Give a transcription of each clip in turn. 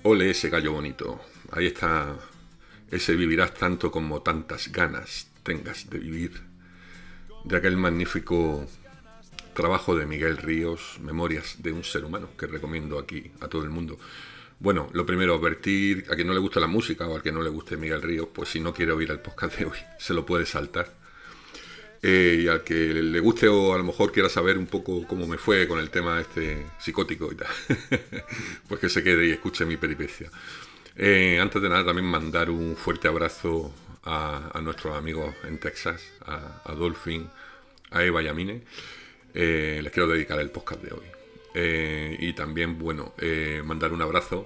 Ole ese gallo bonito. Ahí está ese vivirás tanto como tantas ganas tengas de vivir. De aquel magnífico trabajo de Miguel Ríos, Memorias de un ser humano, que recomiendo aquí a todo el mundo. Bueno, lo primero, advertir a quien no le gusta la música o al que no le guste Miguel Ríos, pues si no quiere oír el podcast de hoy, se lo puede saltar. Y al que le guste o a lo mejor quiera saber un poco cómo me fue con el tema este psicótico y tal, pues que se quede y escuche mi peripecia. Antes de nada también mandar un fuerte abrazo a nuestros amigos en Texas, a Dolphin, a Eva y a Mine. Les quiero dedicar el podcast de hoy. Y también, bueno, mandar un abrazo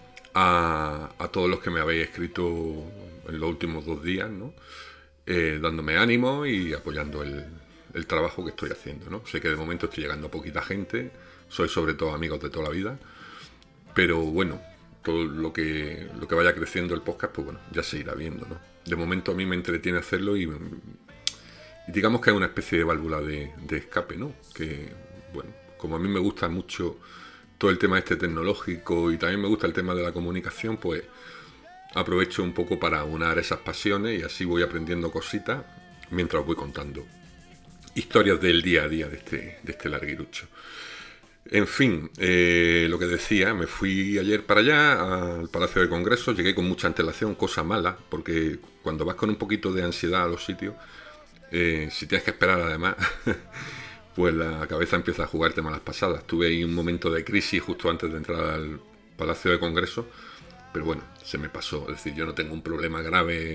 a todos los que me habéis escrito en los últimos 2 días, ¿no? Dándome ánimo y apoyando el trabajo que estoy haciendo, ¿no? Sé que de momento estoy llegando a poquita gente, soy sobre todo amigos de toda la vida, pero bueno, todo lo que vaya creciendo el podcast, pues bueno, ya se irá viendo, ¿no? De momento a mí me entretiene hacerlo y digamos que es una especie de válvula de escape, ¿no? Que, bueno, como a mí me gusta mucho todo el tema este tecnológico y también me gusta el tema de la comunicación, pues aprovecho un poco para unar esas pasiones y así voy aprendiendo cositas mientras os voy contando historias del día a día de este larguirucho. En fin, lo que decía, me fui ayer para allá, al Palacio de Congresos, llegué con mucha antelación, cosa mala, porque cuando vas con un poquito de ansiedad a los sitios, si tienes que esperar además, pues la cabeza empieza a jugarte malas pasadas. Tuve ahí un momento de crisis justo antes de entrar al Palacio de Congresos, pero bueno, se me pasó. Es decir, yo no tengo un problema grave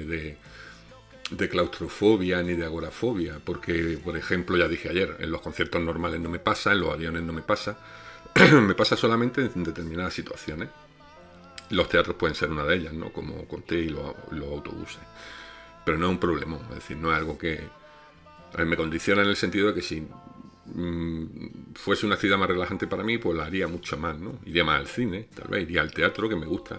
de claustrofobia ni de agorafobia, porque, por ejemplo, ya dije ayer, en los conciertos normales no me pasa, en los aviones no me pasa, me pasa solamente en determinadas situaciones. Los teatros pueden ser una de ellas, ¿no? Como conté, y los autobuses. Pero no es un problema, es decir, no es algo que a mí me condiciona en el sentido de que si fuese una actividad más relajante para mí, pues la haría mucho más, ¿no? Iría más al cine, tal vez, iría al teatro, que me gusta,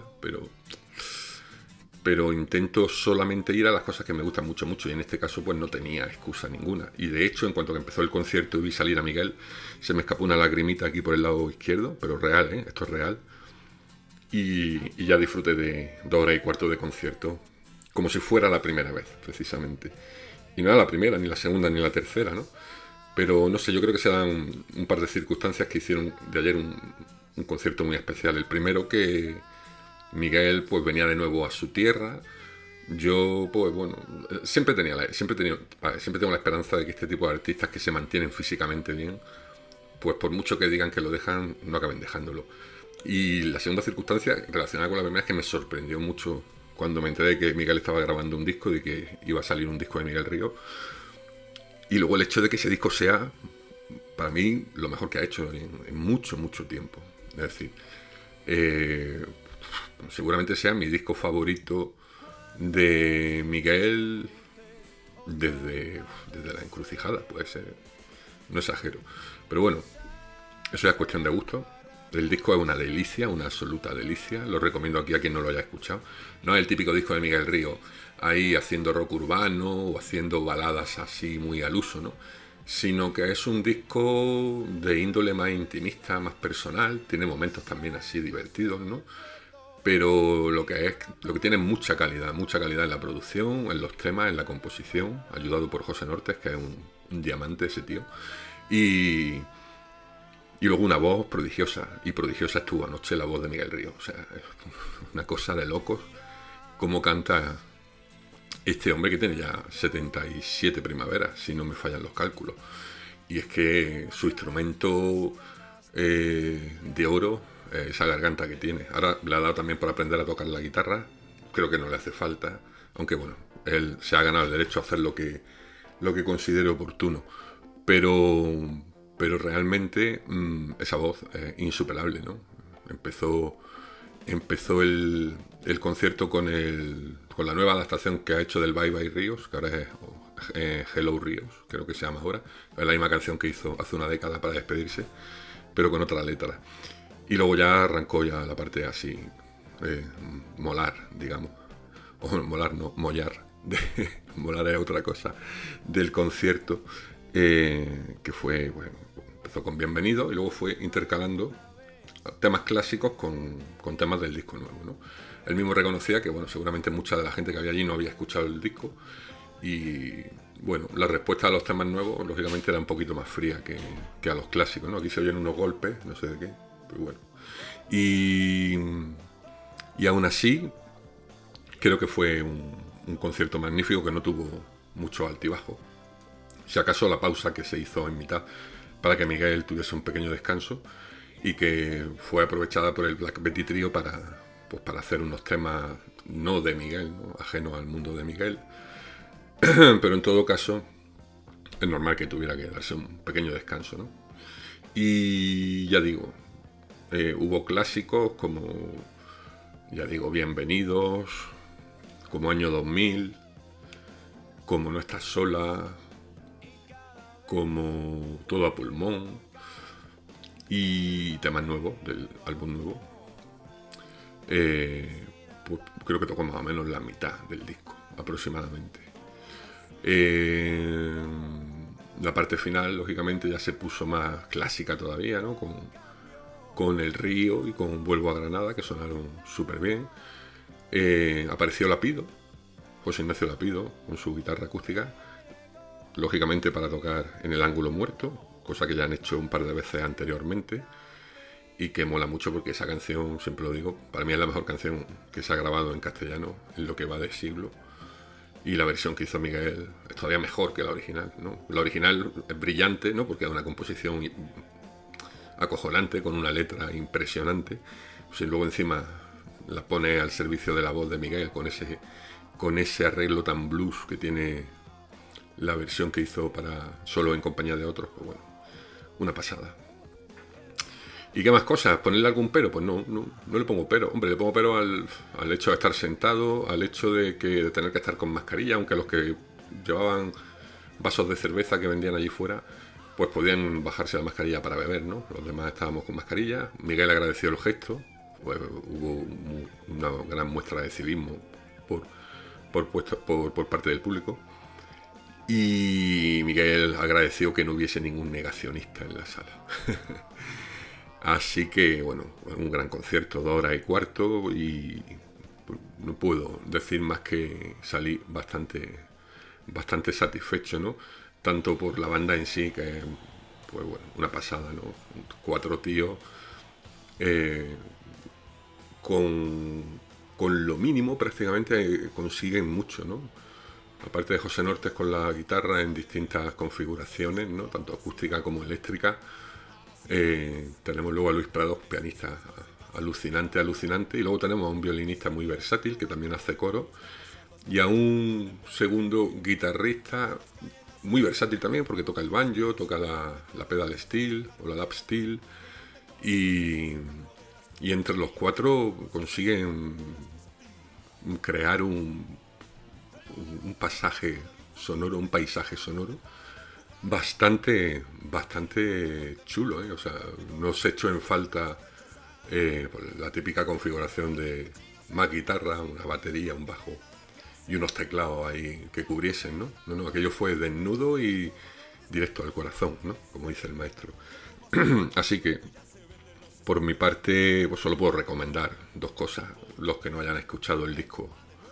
pero intento solamente ir a las cosas que me gustan mucho, mucho, y en este caso pues no tenía excusa ninguna. Y de hecho, en cuanto que empezó el concierto y vi salir a Miguel, se me escapó una lagrimita aquí por el lado izquierdo, pero real, ¿eh? Esto es real. Y ya disfruté de 2 horas y cuarto de concierto, como si fuera la primera vez, precisamente. Y no era la primera, ni la segunda, ni la tercera, ¿no? Pero no sé, yo creo que se dan un par de circunstancias que hicieron de ayer un concierto muy especial. El primero, que Miguel pues venía de nuevo a su tierra. Yo, pues bueno, siempre tengo la esperanza de que este tipo de artistas que se mantienen físicamente bien, pues por mucho que digan que lo dejan, no acaben dejándolo. Y la segunda circunstancia relacionada con la primera es que me sorprendió mucho cuando me enteré de que Miguel estaba grabando un disco, de que iba a salir un disco de Miguel Ríos. Y luego el hecho de que ese disco sea, para mí, lo mejor que ha hecho en mucho, mucho tiempo. Es decir, seguramente sea mi disco favorito de Miguel desde La Encrucijada, puede ser. No exagero. Pero bueno, eso ya es cuestión de gusto. El disco es una delicia, una absoluta delicia. Lo recomiendo aquí a quien no lo haya escuchado. No es el típico disco de Miguel Ríos ahí haciendo rock urbano o haciendo baladas así muy al uso, ¿no? Sino que es un disco de índole más intimista, más personal. Tiene momentos también así divertidos, ¿no? Pero lo que tiene es mucha calidad en la producción, en los temas, en la composición, ayudado por José Nortes, que es un diamante ese tío. Y luego una voz prodigiosa, y prodigiosa estuvo anoche la voz de Miguel Ríos. O sea, es una cosa de locos cómo canta este hombre, que tiene ya 77 primaveras, si no me fallan los cálculos. Y es que su instrumento de oro, esa garganta que tiene. Ahora le ha dado también por aprender a tocar la guitarra. Creo que no le hace falta, aunque bueno, él se ha ganado el derecho a hacer lo que considere oportuno. Pero realmente esa voz es insuperable, ¿no? Empezó el concierto con la nueva adaptación que ha hecho del Bye Bye Ríos, que ahora es Hello Ríos, creo que se llama ahora. Es la misma canción que hizo hace una década para despedirse, pero con otra letra. Y luego ya arrancó ya la parte así, molar, digamos. O molar no, mollar. Molar es otra cosa. Del concierto, que fue, bueno, empezó con Bienvenido y luego fue intercalando temas clásicos con temas del disco nuevo, ¿no? Él mismo reconocía que, bueno, seguramente mucha de la gente que había allí no había escuchado el disco y, bueno, la respuesta a los temas nuevos, lógicamente, era un poquito más fría que a los clásicos, ¿no? Aquí se oyen unos golpes, no sé de qué, pero bueno. Y aún así, creo que fue un concierto magnífico que no tuvo mucho altibajo. Si acaso la pausa que se hizo en mitad para que Miguel tuviese un pequeño descanso y que fue aprovechada por el Black Betty Trio para hacer unos temas no de Miguel, ¿no? Ajenos al mundo de Miguel. Pero en todo caso, es normal que tuviera que darse un pequeño descanso, ¿no? Y ya digo, hubo clásicos como, ya digo, Bienvenidos, como Año 2000, como No estás sola, como Todo a pulmón y temas nuevos del álbum nuevo. Pues creo que tocó más o menos la mitad del disco aproximadamente. La parte final lógicamente ya se puso más clásica todavía, ¿no? Con El Río y con Vuelvo a Granada, que sonaron súper bien. Apareció Lapido, José Ignacio Lapido, con su guitarra acústica, lógicamente para tocar en el ángulo muerto, cosa que ya han hecho un par de veces anteriormente y que mola mucho porque esa canción, siempre lo digo, para mí es la mejor canción que se ha grabado en castellano en lo que va de siglo, y la versión que hizo Miguel es todavía mejor que la original, ¿no? La original es brillante, ¿no? Porque es una composición acojonante, con una letra impresionante, pues, y luego encima la pone al servicio de la voz de Miguel con ese arreglo tan blues que tiene la versión que hizo para Solo en compañía de otros, pues bueno, una pasada. ¿Y qué más cosas? ¿Ponerle algún pero? Pues no le pongo pero. Hombre, le pongo pero al hecho de estar sentado, al hecho de tener que estar con mascarilla, aunque los que llevaban vasos de cerveza que vendían allí fuera, pues podían bajarse la mascarilla para beber, ¿no? Los demás estábamos con mascarilla. Miguel agradeció el gesto, pues hubo una gran muestra de civismo por parte del público. Y Miguel agradeció que no hubiese ningún negacionista en la sala. Así que, bueno, un gran concierto, 2 horas y cuarto, y no puedo decir más que salí bastante satisfecho, ¿no? Tanto por la banda en sí, que pues bueno, una pasada, ¿no? 4 tíos con lo mínimo prácticamente consiguen mucho, ¿no? Aparte de José Nortes con la guitarra en distintas configuraciones, ¿no? Tanto acústica como eléctrica. Tenemos luego a Luis Prados, pianista alucinante, y luego tenemos a un violinista muy versátil que también hace coro, y a un segundo guitarrista muy versátil también porque toca el banjo, toca la pedal steel o la lap steel, y entre los 4 consiguen crear un pasaje sonoro, un paisaje sonoro bastante chulo, ¿eh? O sea, no se echó en falta la típica configuración de más guitarra, una batería, un bajo y unos teclados ahí que cubriesen, ¿no? No, aquello fue desnudo y directo al corazón, ¿no? Como dice el maestro. Así que, por mi parte, pues solo puedo recomendar 2 cosas. Los que no hayan escuchado el disco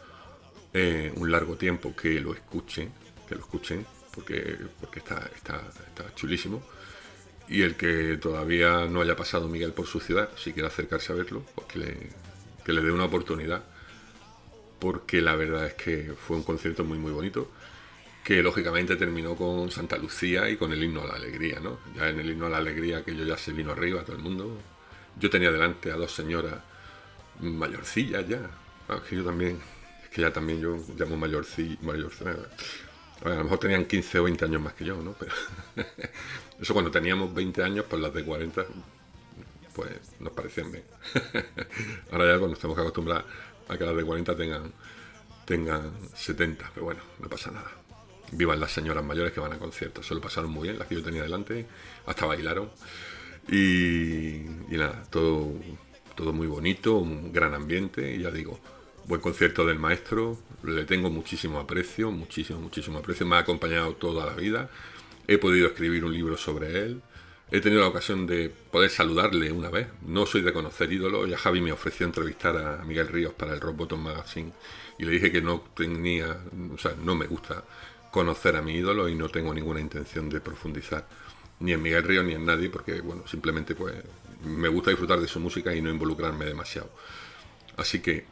un largo tiempo, que lo escuchen, porque está chulísimo. Y el que todavía no haya pasado Miguel por su ciudad, si quiere acercarse a verlo, pues que le dé una oportunidad, porque la verdad es que fue un concierto muy bonito, que lógicamente terminó con Santa Lucía y con el himno a la alegría, ¿no? Ya en el himno a la alegría, que yo ya se vino arriba todo el mundo. Yo tenía delante a 2 señoras mayorcillas ya, que yo también, es que ya también yo llamo mayorcilla. A lo mejor tenían 15 o 20 años más que yo, ¿no? Pero eso cuando teníamos 20 años, pues las de 40, pues nos parecían bien. Ahora ya nos tenemos que acostumbrar a que las de 40 tengan 70, pero bueno, no pasa nada. Vivan las señoras mayores que van a conciertos, se lo pasaron muy bien, las que yo tenía delante, hasta bailaron. Y nada, todo muy bonito, un gran ambiente, y ya digo, buen concierto del maestro, le tengo muchísimo aprecio, muchísimo aprecio, me ha acompañado toda la vida, he podido escribir un libro sobre él, he tenido la ocasión de poder saludarle una vez. No soy de conocer ídolos. Ya Javi me ofreció entrevistar a Miguel Ríos para el Rock Bottom Magazine y le dije que no tenía, o sea, no me gusta conocer a mi ídolo y no tengo ninguna intención de profundizar ni en Miguel Ríos ni en nadie, porque bueno, simplemente pues me gusta disfrutar de su música y no involucrarme demasiado. Así que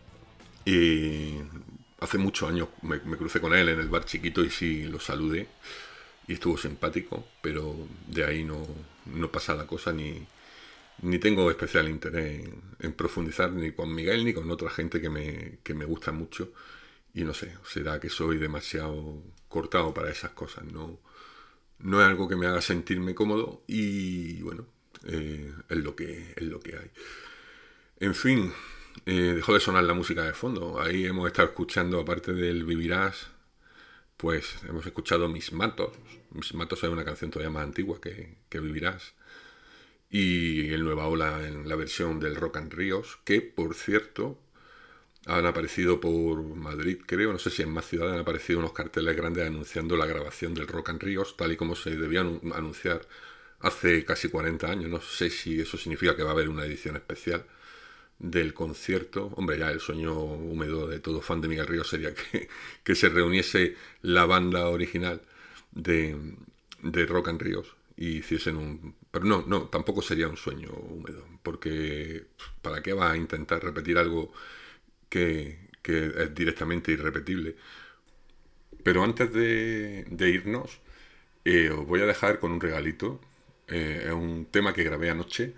hace muchos años me crucé con él en el bar chiquito y sí lo saludé y estuvo simpático, pero de ahí no pasa la cosa, ni tengo especial interés en profundizar ni con Miguel ni con otra gente que me gusta mucho. Y no sé, será que soy demasiado cortado para esas cosas. No es algo que me haga sentirme cómodo y bueno, es lo que hay. En fin, dejó de sonar la música de fondo. Ahí hemos estado escuchando, aparte del Vivirás, pues hemos escuchado Mis Matos. Mis Matos es una canción todavía más antigua que Vivirás. Y el Nueva Ola en la versión del Rock and Ríos, que por cierto han aparecido por Madrid, creo, no sé si en más ciudades han aparecido unos carteles grandes anunciando la grabación del Rock and Ríos, tal y como se debía anunciar hace casi 40 años. No sé si eso significa que va a haber una edición especial del concierto. Hombre, ya el sueño húmedo de todo fan de Miguel Ríos sería que se reuniese la banda original de Rock and Ríos y hiciesen un... Pero no, tampoco sería un sueño húmedo, porque ¿para qué vas a intentar repetir algo que es directamente irrepetible? Pero antes de irnos, os voy a dejar con un regalito. Es un tema que grabé anoche.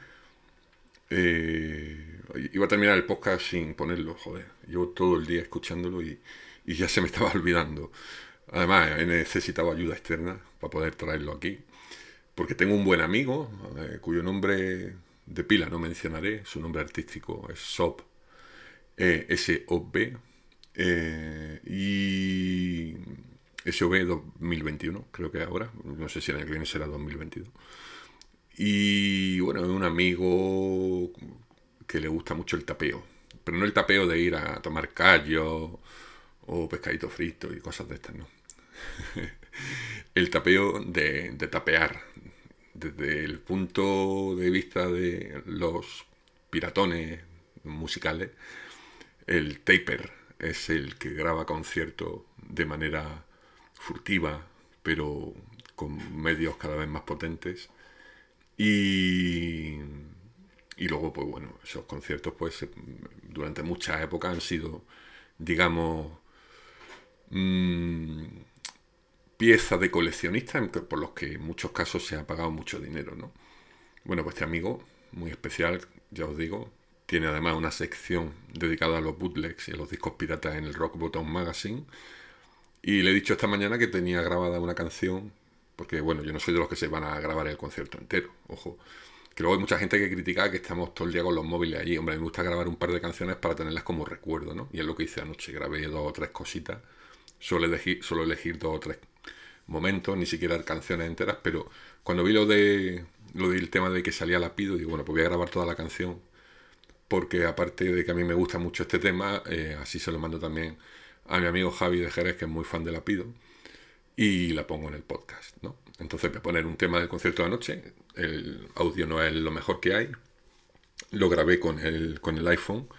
Iba a terminar el podcast sin ponerlo, joder. Llevo todo el día escuchándolo y ya se me estaba olvidando. Además, he necesitado ayuda externa para poder traerlo aquí. Porque tengo un buen amigo, cuyo nombre de pila no mencionaré. Su nombre artístico es Sob, S-O-B. Y SOB 2021, creo que ahora. No sé si el año que viene será 2022. Y bueno, es un amigo que le gusta mucho el tapeo. Pero no el tapeo de ir a tomar callo o pescadito frito y cosas de estas, no. El tapeo de tapear. Desde el punto de vista de los piratones musicales, el taper es el que graba conciertos de manera furtiva, pero con medios cada vez más potentes. Y luego, pues bueno, esos conciertos, pues durante muchas épocas han sido, digamos, pieza de coleccionista, por los que en muchos casos se ha pagado mucho dinero, ¿no? Bueno, pues este amigo, muy especial, ya os digo, tiene además una sección dedicada a los bootlegs y a los discos piratas en el Rock Bottom Magazine. Y le he dicho esta mañana que tenía grabada una canción, porque bueno, yo no soy de los que se van a grabar el concierto entero, ojo. Que luego hay mucha gente que critica que estamos todo el día con los móviles allí. Hombre, a mí me gusta grabar un par de canciones para tenerlas como recuerdo, ¿no? Y es lo que hice anoche, grabé 2 o 3 cositas. Suelo elegir 2 o 3 momentos, ni siquiera canciones enteras, pero cuando vi lo del tema de que salía Lapido, digo, bueno, pues voy a grabar toda la canción, porque aparte de que a mí me gusta mucho este tema, así se lo mando también a mi amigo Javi de Jerez, que es muy fan de Lapido, y la pongo en el podcast, ¿no? Entonces voy a poner un tema del concierto de anoche. El audio no es lo mejor que hay, lo grabé con el iPhone,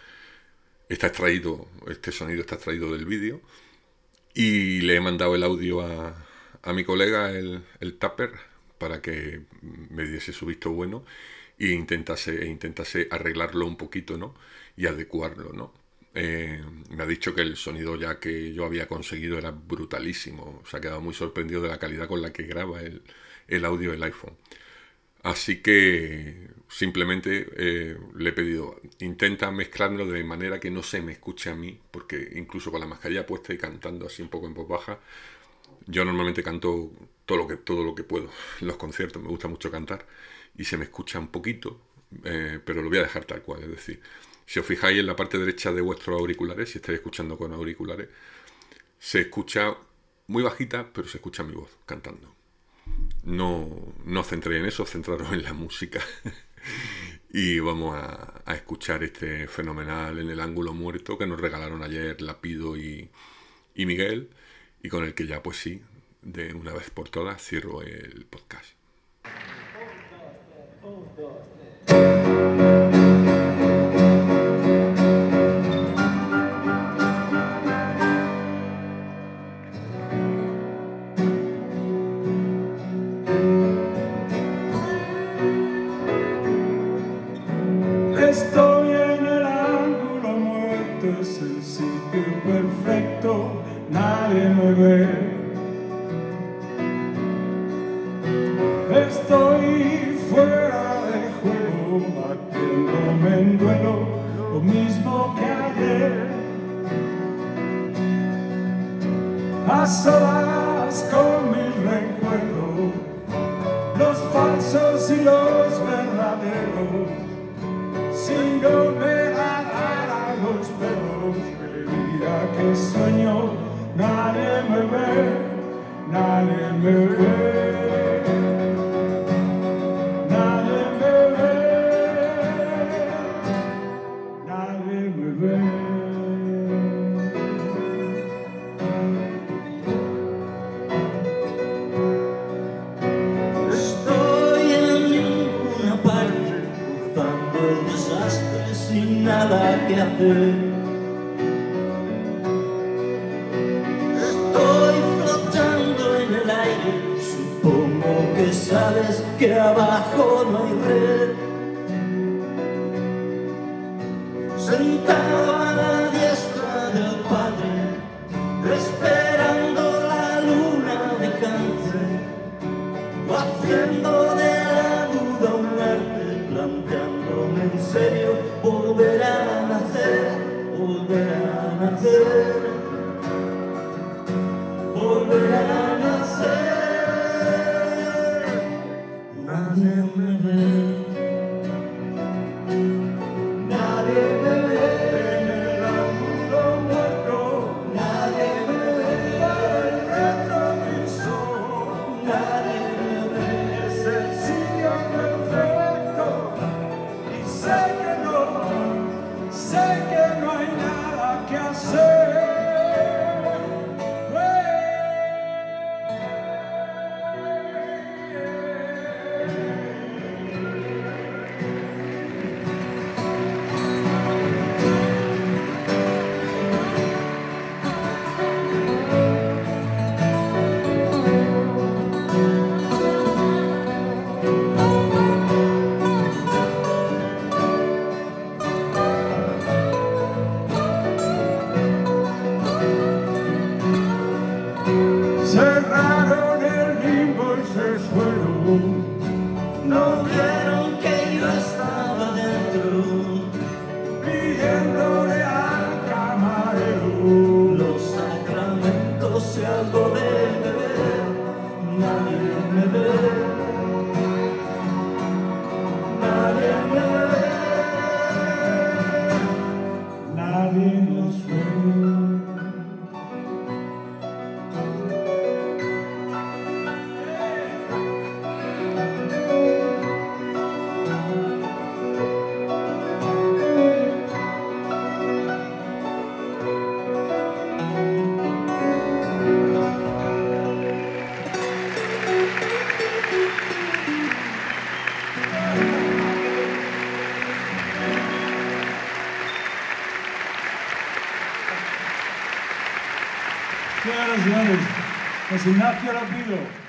este sonido está extraído del vídeo, y le he mandado el audio a mi colega, el Tapper, para que me diese su visto bueno e intentase arreglarlo un poquito, ¿no? Y adecuarlo, ¿no? Me ha dicho que el sonido ya que yo había conseguido era brutalísimo. Se ha quedado muy sorprendido de la calidad con la que graba el audio del iPhone. Así que simplemente le he pedido, intenta mezclarlo de manera que no se me escuche a mí, porque incluso con la mascarilla puesta y cantando así un poco en voz baja, yo normalmente canto todo lo que puedo en los conciertos, me gusta mucho cantar y se me escucha un poquito, pero lo voy a dejar tal cual. Es decir, si os fijáis en la parte derecha de vuestros auriculares, si estáis escuchando con auriculares, se escucha muy bajita, pero se escucha mi voz cantando. No centréis en eso, centraros en la música. Y vamos a escuchar este fenomenal En el ángulo muerto que nos regalaron ayer Lapido y Miguel, y con el que ya pues sí, de una vez por todas cierro el podcast. Esto es el sitio perfecto, nadie me ve. Estoy fuera de juego, batiéndome en duelo, lo mismo que ayer. A solas con mis recuerdos, los falsos y los verdaderos, sin volver a dar a los perros. El día que sueño, nadie me ve, nadie me ve. Sin nada que hacer, estoy flotando en el aire. Supongo que sabes que abajo no hay red. Sentado a la diestra del Padre, esperando la luna de Cáncer, o haciendo de la duda un arte, planteándome en serio volver a nacer, volver a nacer, volver a nacer. Nadie me ve, nadie me ve en el ángulo muerto, nadie me ve para el retrovisor, nadie me ve. Es el sitio perfecto y sé que no hay nada que hacer. Cerraron el limbo y se fueron. No vieron que yo estaba dentro, pidiéndole al camarero los sacramentos y algo de beber. Nadie me ve, nadie me ve, nadie nos ve. Señoras y señores, José Ignacio Lapido.